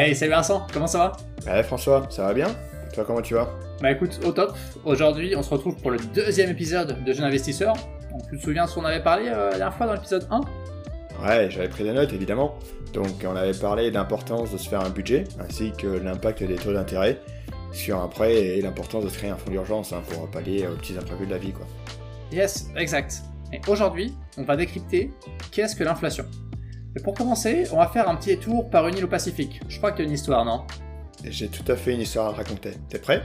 Hey, salut Vincent, comment ça va? Ouais François, ça va bien? Toi comment tu vas? Bah écoute, au top. Aujourd'hui, on se retrouve pour le deuxième épisode de Jeunes Investisseurs. Donc, tu te souviens de ce qu'on avait parlé la dernière fois dans l'épisode 1? Ouais, j'avais pris des notes évidemment. Donc on avait parlé de l'importance de se faire un budget, ainsi que l'impact des taux d'intérêt sur un prêt et l'importance de se créer un fonds d'urgence pour pallier aux petits imprévus de la vie, quoi. Yes, exact. Et aujourd'hui, on va décrypter qu'est-ce que l'inflation. Et pour commencer, on va faire un petit tour par une île au Pacifique. Je crois qu'il y a une histoire, non? J'ai tout à fait une histoire à te raconter. T'es prêt?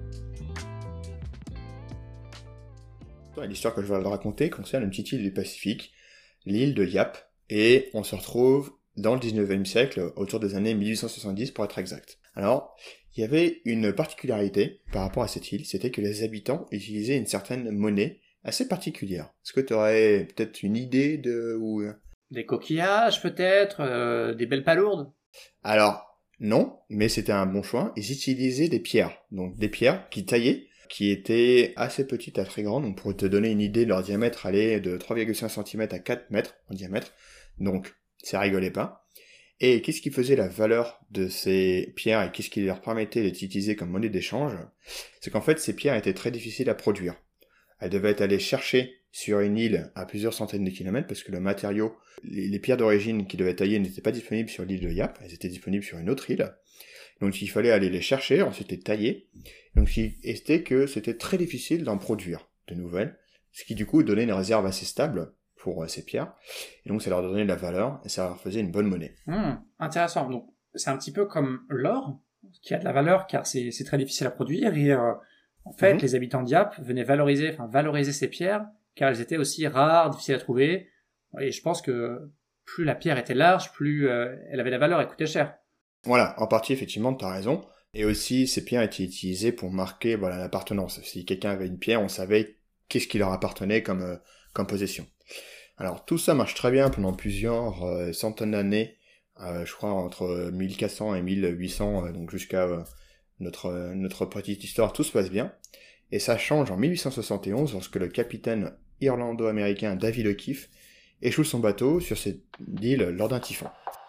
L'histoire que je vais te raconter concerne une petite île du Pacifique, l'île de Yap, et on se retrouve dans le 19e siècle, autour des années 1870 pour être exact. Alors, il y avait une particularité par rapport à cette île, c'était que les habitants utilisaient une certaine monnaie assez particulière. Est-ce que tu aurais peut-être une idée de... Des coquillages peut-être, des belles palourdes? Alors, non, mais c'était un bon choix. Ils utilisaient des pierres, donc des pierres qui taillaient, qui étaient assez petites à très grandes. Donc pour te donner une idée, leur diamètre allait de 3,5 cm à 4 mètres en diamètre. Donc ça rigolait pas. Et qu'est-ce qui faisait la valeur de ces pierres et qu'est-ce qui leur permettait d'être utilisées comme monnaie d'échange? C'est qu'en fait ces pierres étaient très difficiles à produire. Elles devaient aller chercher sur une île à plusieurs centaines de kilomètres parce que le matériau, les pierres d'origine qui devaient tailler n'étaient pas disponibles sur l'île de Yap, elles étaient disponibles sur une autre île. Donc il fallait aller les chercher, ensuite les tailler. Donc il était que c'était très difficile d'en produire de nouvelles, ce qui du coup donnait une réserve assez stable pour ces pierres. Et donc ça leur donnait de la valeur et ça leur faisait une bonne monnaie. Intéressant. Donc c'est un petit peu comme l'or, qui a de la valeur car c'est très difficile à produire et en fait les habitants d'Yap venaient valoriser ces pierres car elles étaient aussi rares, difficiles à trouver. Et je pense que plus la pierre était large, plus elle avait de la valeur et coûtait cher. Voilà, en partie effectivement, tu as raison. Et aussi, ces pierres étaient utilisées pour marquer l'appartenance. Si quelqu'un avait une pierre, on savait qu'est-ce qui leur appartenait comme possession. Alors tout ça marche très bien pendant plusieurs centaines d'années, je crois entre 1400 et 1800, donc jusqu'à notre petite histoire, tout se passe bien. Et ça change en 1871 lorsque le capitaine irlando-américain David O'Keefe échoue son bateau sur cette île lors d'un typhon.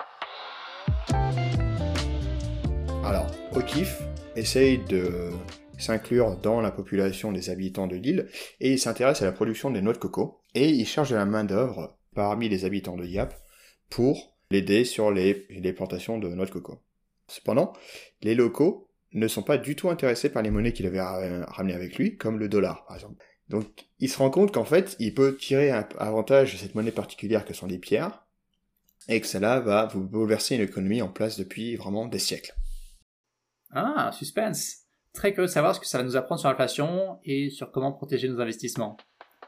Alors, O'Keefe essaye de s'inclure dans la population des habitants de l'île et il s'intéresse à la production des noix de coco et il cherche de la main-d'œuvre parmi les habitants de Yap pour l'aider sur les plantations de noix de coco. Cependant, les locaux ne sont pas du tout intéressés par les monnaies qu'il avait ramenées avec lui, comme le dollar par exemple. Donc il se rend compte qu'en fait, il peut tirer un avantage de cette monnaie particulière que sont les pierres et que cela va vous bouleverser une économie en place depuis vraiment des siècles. Ah, suspense. Très curieux de savoir ce que ça va nous apprendre sur l'inflation et sur comment protéger nos investissements.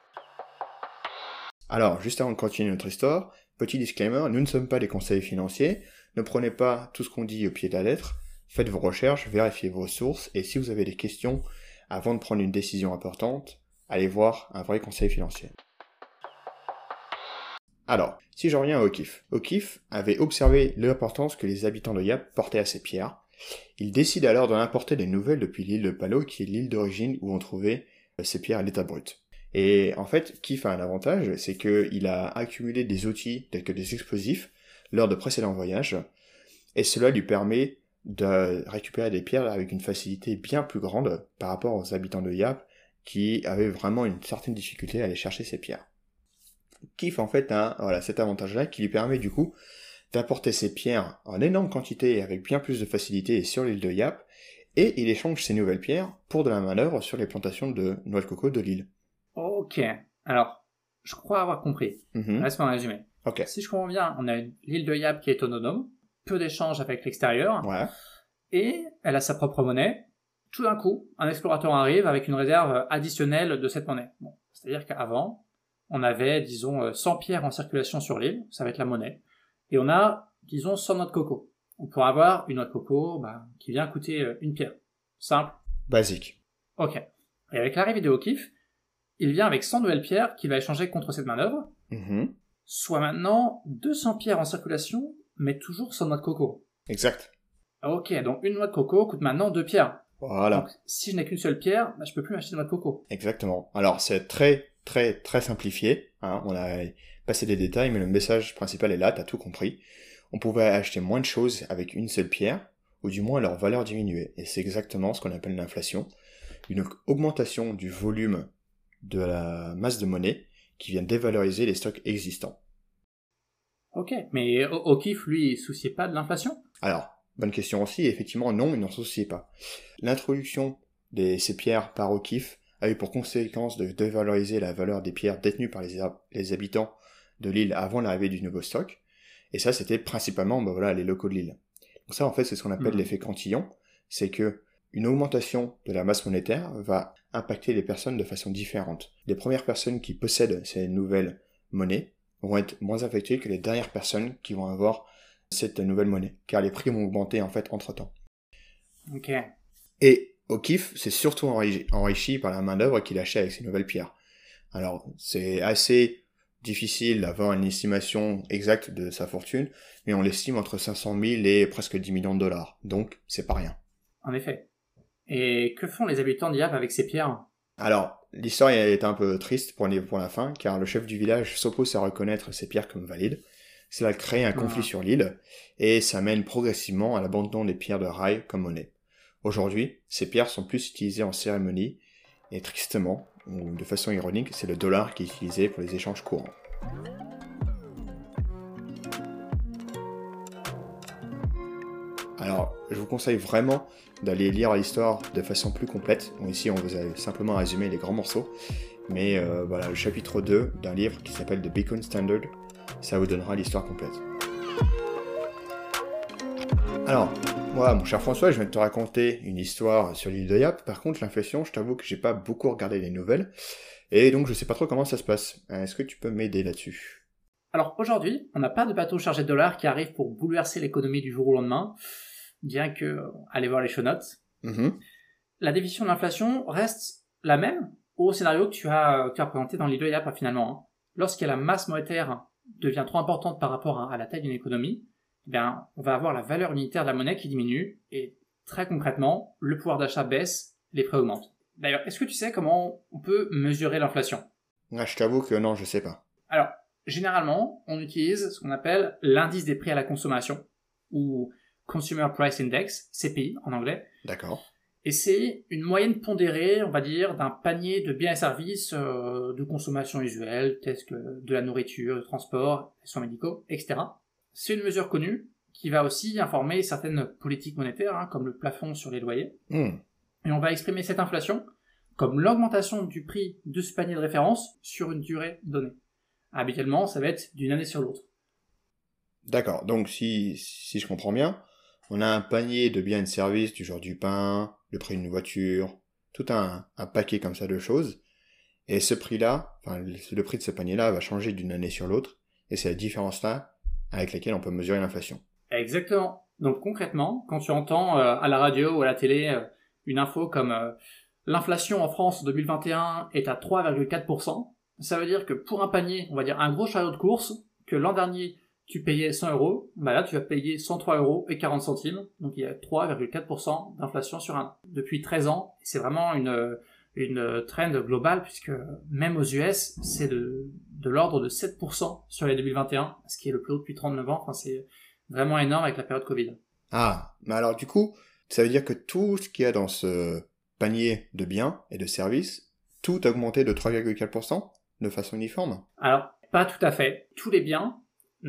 Alors, juste avant de continuer notre histoire, petit disclaimer, nous ne sommes pas des conseils financiers, ne prenez pas tout ce qu'on dit au pied de la lettre, faites vos recherches, vérifiez vos sources, et si vous avez des questions avant de prendre une décision importante, allez voir un vrai conseil financier. Alors, si je reviens à O'Keefe. O'Keefe avait observé l'importance que les habitants de Yap portaient à ces pierres. Il décide alors d'en importer des nouvelles depuis l'île de Palau, qui est l'île d'origine où on trouvait ces pierres à l'état brut. Et en fait, Keefe a un avantage, c'est qu'il a accumulé des outils tels que des explosifs lors de précédents voyages, et cela lui permet de récupérer des pierres avec une facilité bien plus grande par rapport aux habitants de Yap, qui avaient vraiment une certaine difficulté à aller chercher ces pierres. Keefe en fait a cet avantage-là qui lui permet du coup d'apporter ces pierres en énorme quantité et avec bien plus de facilité sur l'île de Yap, et il échange ces nouvelles pierres pour de la main-d'œuvre sur les plantations de noix de coco de l'île. Ok, alors, je crois avoir compris. Laisse-moi résumer. Ok. Si je comprends bien, on a l'île de Yap qui est autonome, peu d'échanges avec l'extérieur, Ouais. et elle a sa propre monnaie. Tout d'un coup, un explorateur arrive avec une réserve additionnelle de cette monnaie. Bon, c'est-à-dire qu'avant, on avait, disons, 100 pierres en circulation sur l'île, ça va être la monnaie, et on a, disons, 100 noix de coco. On pourra avoir une noix de coco qui vient coûter une pierre. Simple. Basique. Ok. Et avec l'arrivée de O'Keefe, il vient avec 100 nouvelles pierres qu'il va échanger contre cette manœuvre, soit maintenant 200 pierres en circulation, mais toujours 100 noix de coco. Exact. Ok, donc une noix de coco coûte maintenant 2 pierres. Voilà. Donc si je n'ai qu'une seule pierre, je peux plus m'acheter de noix de coco. Exactement. Alors c'est très très très simplifié, on a passé des détails, mais le message principal est là, t'as tout compris. on pouvait acheter moins de choses avec une seule pierre, ou du moins leur valeur diminuait. Et c'est exactement ce qu'on appelle l'inflation, une augmentation du volume de la masse de monnaie qui vient dévaloriser les stocks existants. Ok, mais O'Keefe, lui, il se souciait pas de l'inflation? Alors, bonne question aussi, effectivement non, il n'en souciait pas. L'introduction de ces pierres par O'Keefe a eu pour conséquence de dévaloriser la valeur des pierres détenues par les habitants de l'île avant l'arrivée du nouveau stock, et ça c'était principalement les locaux de l'île. Donc ça en fait c'est ce qu'on appelle l'effet Cantillon, c'est que une augmentation de la masse monétaire va impacter les personnes de façon différente. Les premières personnes qui possèdent ces nouvelles monnaies vont être moins affectées que les dernières personnes qui vont avoir cette nouvelle monnaie, car les prix vont augmenter en fait entre-temps. Ok. Et O'Keefe s'est surtout enrichi par la main-d'œuvre qu'il achetait avec ces nouvelles pierres. Alors, c'est assez difficile d'avoir une estimation exacte de sa fortune, mais on l'estime entre 500 000 et presque 10 millions de dollars. Donc, c'est pas rien. En effet. Et que font les habitants d'Yap avec ces pierres? Alors, l'histoire est un peu triste pour la fin, car le chef du village s'oppose à reconnaître ces pierres comme valides. Cela crée un conflit sur l'île, et ça mène progressivement à l'abandon des pierres de rail comme monnaie. Aujourd'hui, ces pierres sont plus utilisées en cérémonie, et tristement, ou de façon ironique, c'est le dollar qui est utilisé pour les échanges courants. Alors, je vous conseille vraiment d'aller lire l'histoire de façon plus complète. Bon, ici, on vous a simplement résumé les grands morceaux, mais le chapitre 2 d'un livre qui s'appelle The Beacon Standard, ça vous donnera l'histoire complète. Alors, moi, mon cher François, je viens de te raconter une histoire sur l'île de Yap. Par contre, l'inflation, je t'avoue que j'ai pas beaucoup regardé les nouvelles, et donc je sais pas trop comment ça se passe. Est-ce que tu peux m'aider là-dessus? Alors aujourd'hui, on n'a pas de bateau chargé de dollars qui arrive pour bouleverser l'économie du jour au lendemain, bien que, allez voir les show notes. La définition de l'inflation reste la même au scénario que tu as présenté dans l'île de Yap finalement. Lorsque la masse monétaire devient trop importante par rapport à la taille d'une économie, on va avoir la valeur unitaire de la monnaie qui diminue, et très concrètement, le pouvoir d'achat baisse, les prix augmentent. D'ailleurs, est-ce que tu sais comment on peut mesurer l'inflation? Je t'avoue que non, je sais pas. Alors, généralement, on utilise ce qu'on appelle l'indice des prix à la consommation, ou Consumer Price Index, CPI en anglais. D'accord. Et c'est une moyenne pondérée, on va dire, d'un panier de biens et services de consommation usuelle, tels que de la nourriture, du transport, des soins médicaux, etc. C'est une mesure connue qui va aussi informer certaines politiques monétaires, comme le plafond sur les loyers. Et on va exprimer cette inflation comme l'augmentation du prix de ce panier de référence sur une durée donnée. Habituellement, ça va être d'une année sur l'autre. D'accord, donc si je comprends bien, on a un panier de biens et de services du genre du pain, le prix d'une voiture, tout un paquet comme ça de choses, et ce prix-là, le prix de ce panier-là va changer d'une année sur l'autre, et c'est la différence-là avec laquelle on peut mesurer l'inflation. Exactement. Donc concrètement, quand tu entends à la radio ou à la télé une info comme l'inflation en France en 2021 est à 3,4%, ça veut dire que pour un panier, on va dire un gros chariot de course, que l'an dernier tu payais 100 €, là tu vas payer 103 € et 40 centimes, donc il y a 3,4% d'inflation sur un an. Depuis 13 ans, c'est vraiment une trend globale, puisque même aux US, c'est de l'ordre de 7% sur les 2021, ce qui est le plus haut depuis 39 ans, c'est vraiment énorme avec la période Covid. Ah, mais alors du coup, ça veut dire que tout ce qu'il y a dans ce panier de biens et de services, tout a augmenté de 3,4% de façon uniforme? Alors, pas tout à fait. Tous les biens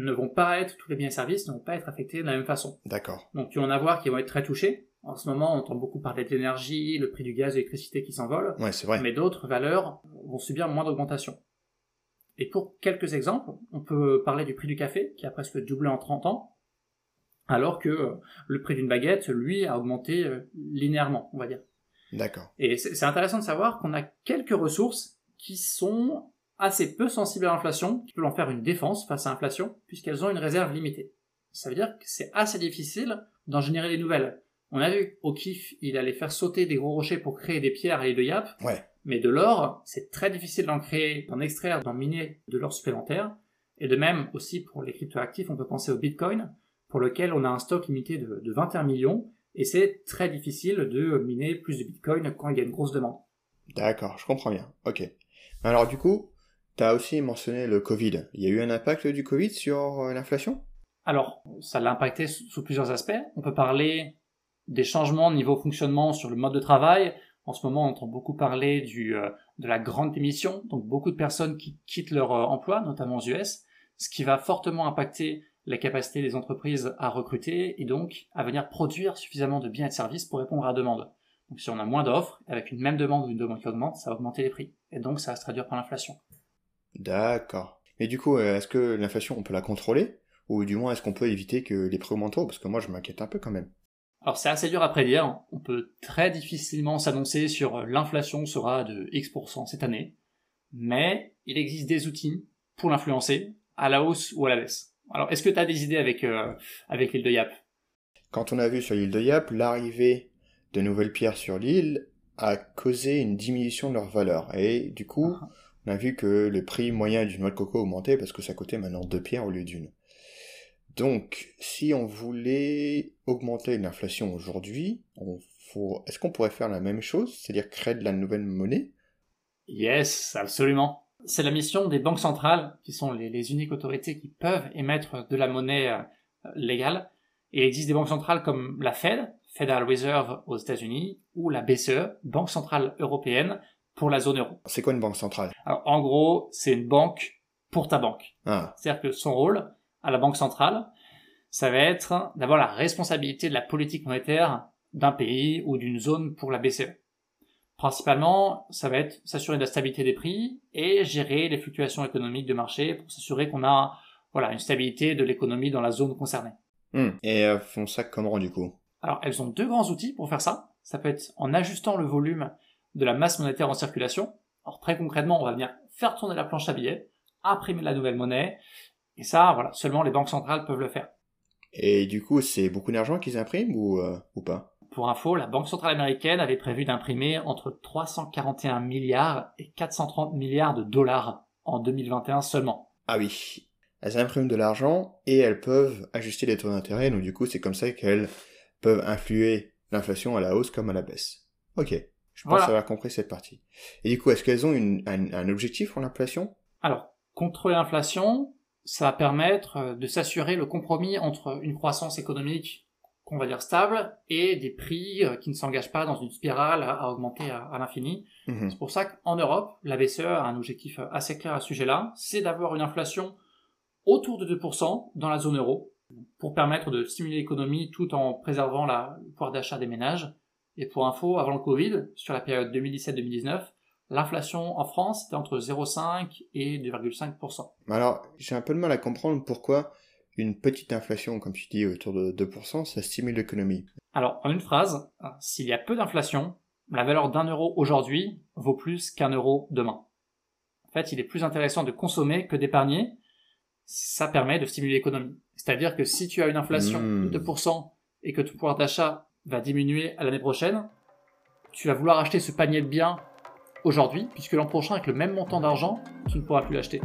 et services ne vont pas être affectés de la même façon. D'accord. Donc tu vas en avoir qui vont être très touchés. En ce moment, on entend beaucoup parler de l'énergie, le prix du gaz et de l'électricité qui s'envole. Ouais, c'est vrai. Mais d'autres valeurs vont subir moins d'augmentation. Et pour quelques exemples, on peut parler du prix du café, qui a presque doublé en 30 ans, alors que le prix d'une baguette, lui, a augmenté linéairement, on va dire. D'accord. Et c'est intéressant de savoir qu'on a quelques ressources qui sont assez peu sensibles à l'inflation, qui peuvent en faire une défense face à l'inflation, puisqu'elles ont une réserve limitée. Ça veut dire que c'est assez difficile d'en générer des nouvelles. On a vu, O'Keefe, il allait faire sauter des gros rochers pour créer des pierres à l'île de Yap. Ouais. Mais de l'or, c'est très difficile d'en créer, d'en extraire, d'en miner de l'or supplémentaire. Et de même, aussi pour les cryptoactifs, on peut penser au Bitcoin, pour lequel on a un stock limité de 21 millions, et c'est très difficile de miner plus de Bitcoin quand il y a une grosse demande. D'accord, je comprends bien. Ok. Alors du coup, tu as aussi mentionné le Covid. Il y a eu un impact du Covid sur l'inflation? Alors, ça l'a impacté sous plusieurs aspects. On peut parler des changements niveau fonctionnement sur le mode de travail. En ce moment, on entend beaucoup parler de la grande démission, donc beaucoup de personnes qui quittent leur emploi, notamment aux US, ce qui va fortement impacter la capacité des entreprises à recruter et donc à venir produire suffisamment de biens et de services pour répondre à la demande. Donc si on a moins d'offres, avec une même demande ou une demande qui augmente, ça va augmenter les prix. Et donc ça va se traduire par l'inflation. D'accord. Mais du coup, est-ce que l'inflation, on peut la contrôler? Ou du moins, est-ce qu'on peut éviter que les prix augmentent trop? Parce que moi, je m'inquiète un peu quand même. Alors c'est assez dur à prédire, on peut très difficilement s'annoncer sur l'inflation sera de X% cette année, mais il existe des outils pour l'influencer, à la hausse ou à la baisse. Alors est-ce que tu as des idées avec l'île de Yap? Quand on a vu sur l'île de Yap, l'arrivée de nouvelles pierres sur l'île a causé une diminution de leur valeur. Et du coup, on a vu que le prix moyen d'une noix de coco augmentait parce que ça coûtait maintenant 2 pierres au lieu d'une. Donc, si on voulait augmenter l'inflation aujourd'hui, est-ce qu'on pourrait faire la même chose, c'est-à-dire créer de la nouvelle monnaie? Yes, absolument. C'est la mission des banques centrales, qui sont les uniques autorités qui peuvent émettre de la monnaie légale. Et il existe des banques centrales comme la Fed, Federal Reserve aux États-Unis, ou la BCE, Banque centrale européenne, pour la zone euro. C'est quoi une banque centrale? Alors, en gros, c'est une banque pour ta banque. Ah, C'est-à-dire que son rôle, à la banque centrale, ça va être d'avoir la responsabilité de la politique monétaire d'un pays ou d'une zone pour la BCE. Principalement, ça va être s'assurer de la stabilité des prix et gérer les fluctuations économiques de marché pour s'assurer qu'on a une stabilité de l'économie dans la zone concernée. Et font ça comment du coup? Alors, elles ont deux grands outils pour faire ça. Ça peut être en ajustant le volume de la masse monétaire en circulation. Alors, très concrètement, on va venir faire tourner la planche à billets, imprimer la nouvelle monnaie, et ça, seulement les banques centrales peuvent le faire. Et du coup, c'est beaucoup d'argent qu'ils impriment ou pas? Pour info, la Banque centrale américaine avait prévu d'imprimer entre 341 milliards et 430 milliards de dollars en 2021 seulement. Ah oui, elles impriment de l'argent et elles peuvent ajuster les taux d'intérêt, donc du coup, c'est comme ça qu'elles peuvent influer l'inflation à la hausse comme à la baisse. Ok, je pense avoir compris cette partie. Et du coup, est-ce qu'elles ont un objectif pour l'inflation? Alors, contrôler l'inflation, ça va permettre de s'assurer le compromis entre une croissance économique qu'on va dire stable et des prix qui ne s'engagent pas dans une spirale à augmenter à l'infini. C'est pour ça qu'en Europe, la BCE a un objectif assez clair à ce sujet-là, c'est d'avoir une inflation autour de 2% dans la zone euro pour permettre de stimuler l'économie tout en préservant le pouvoir d'achat des ménages. Et pour info, avant le Covid, sur la période 2017-2019, l'inflation en France était entre 0,5 et 2,5%. Alors, j'ai un peu de mal à comprendre pourquoi une petite inflation, comme tu dis, autour de 2%, ça stimule l'économie. Alors, en une phrase, s'il y a peu d'inflation, la valeur d'un euro aujourd'hui vaut plus qu'un euro demain. En fait, il est plus intéressant de consommer que d'épargner. Ça permet de stimuler l'économie. C'est-à-dire que si tu as une inflation de 2% et que ton pouvoir d'achat va diminuer à l'année prochaine, tu vas vouloir acheter ce panier de biens aujourd'hui, puisque l'an prochain, avec le même montant d'argent, tu ne pourras plus l'acheter.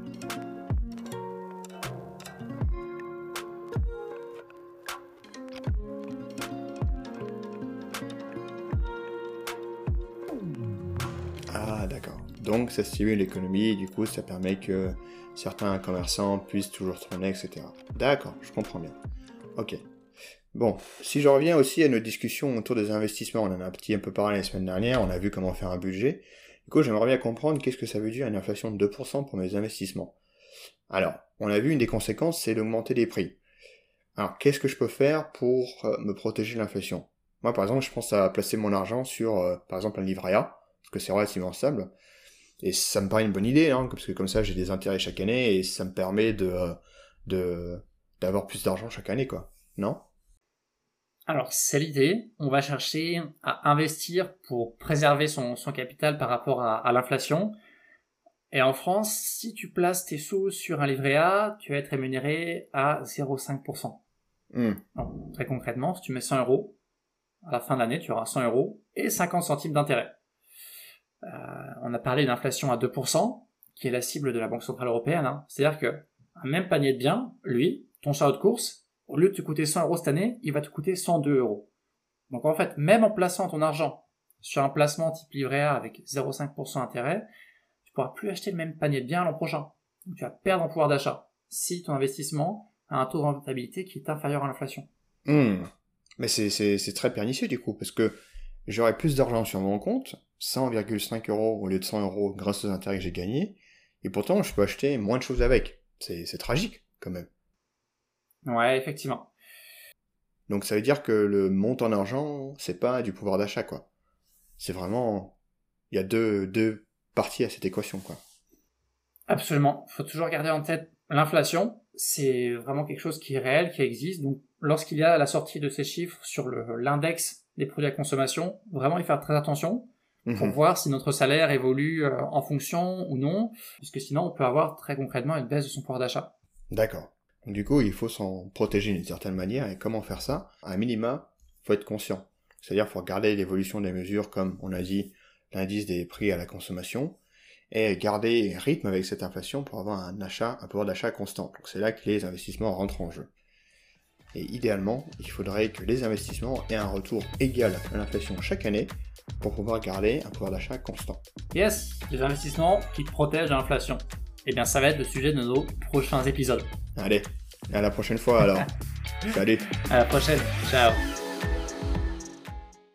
Ah, d'accord. Donc, ça stimule l'économie, et du coup, ça permet que certains commerçants puissent toujours tourner, etc. D'accord, je comprends bien. Ok. Bon, si je reviens aussi à nos discussions autour des investissements, on en a un peu parlé la semaine dernière, on a vu comment faire un budget. Du coup, j'aimerais bien comprendre qu'est-ce que ça veut dire une inflation de 2% pour mes investissements. Alors, on a vu une des conséquences, c'est d'augmenter les prix. Alors, qu'est-ce que je peux faire pour me protéger de l'inflation? Moi, par exemple, je pense à placer mon argent sur, par exemple, un livret A, parce que c'est relativement stable. Et ça me paraît une bonne idée, hein, parce que comme ça, j'ai des intérêts chaque année, et ça me permet d'avoir plus d'argent chaque année, quoi. Non? Alors, c'est l'idée. On va chercher à investir pour préserver son capital par rapport à l'inflation. Et en France, si tu places tes sous sur un livret A, tu vas être rémunéré à 0,5%. Donc, très concrètement, si tu mets 100 euros, à la fin de l'année, tu auras 100 euros et 50 centimes d'intérêt. On a parlé d'une inflation à 2%, qui est la cible de la Banque centrale européenne. C'est-à-dire que un même panier de biens, lui, ton chariot de course, au lieu de te coûter 100 euros cette année, il va te coûter 102 euros. Donc en fait, même en plaçant ton argent sur un placement type livret A avec 0,5% d'intérêt, tu pourras plus acheter le même panier de biens l'an prochain. Donc tu vas perdre en pouvoir d'achat si ton investissement à un taux de rentabilité qui est inférieur à l'inflation. Mais c'est très pernicieux du coup, parce que j'aurai plus d'argent sur mon compte, 100,5 € au lieu de 100 € grâce aux intérêts que j'ai gagnés, et pourtant je peux acheter moins de choses avec. C'est tragique quand même. Ouais, effectivement. Donc ça veut dire que le montant d'argent, c'est pas du pouvoir d'achat, quoi. C'est vraiment... Il y a deux parties à cette équation, quoi. Absolument. Il faut toujours garder en tête l'inflation. C'est vraiment quelque chose qui est réel, qui existe. Donc, lorsqu'il y a la sortie de ces chiffres sur l'index des produits à consommation, vraiment y faire très attention pour voir si notre salaire évolue en fonction ou non, puisque sinon on peut avoir très concrètement une baisse de son pouvoir d'achat. D'accord. Du coup, il faut s'en protéger d'une certaine manière, et comment faire ça? À minima, faut être conscient. C'est-à-dire, faut regarder l'évolution des mesures, comme on a dit, l'indice des prix à la consommation, et garder rythme avec cette inflation pour avoir un pouvoir d'achat constant. Donc c'est là que les investissements rentrent en jeu. Et idéalement, il faudrait que les investissements aient un retour égal à l'inflation chaque année pour pouvoir garder un pouvoir d'achat constant. Yes, les investissements qui protègent l'inflation. Eh bien, ça va être le sujet de nos prochains épisodes. Allez, à la prochaine fois alors. Salut. À la prochaine. Ciao.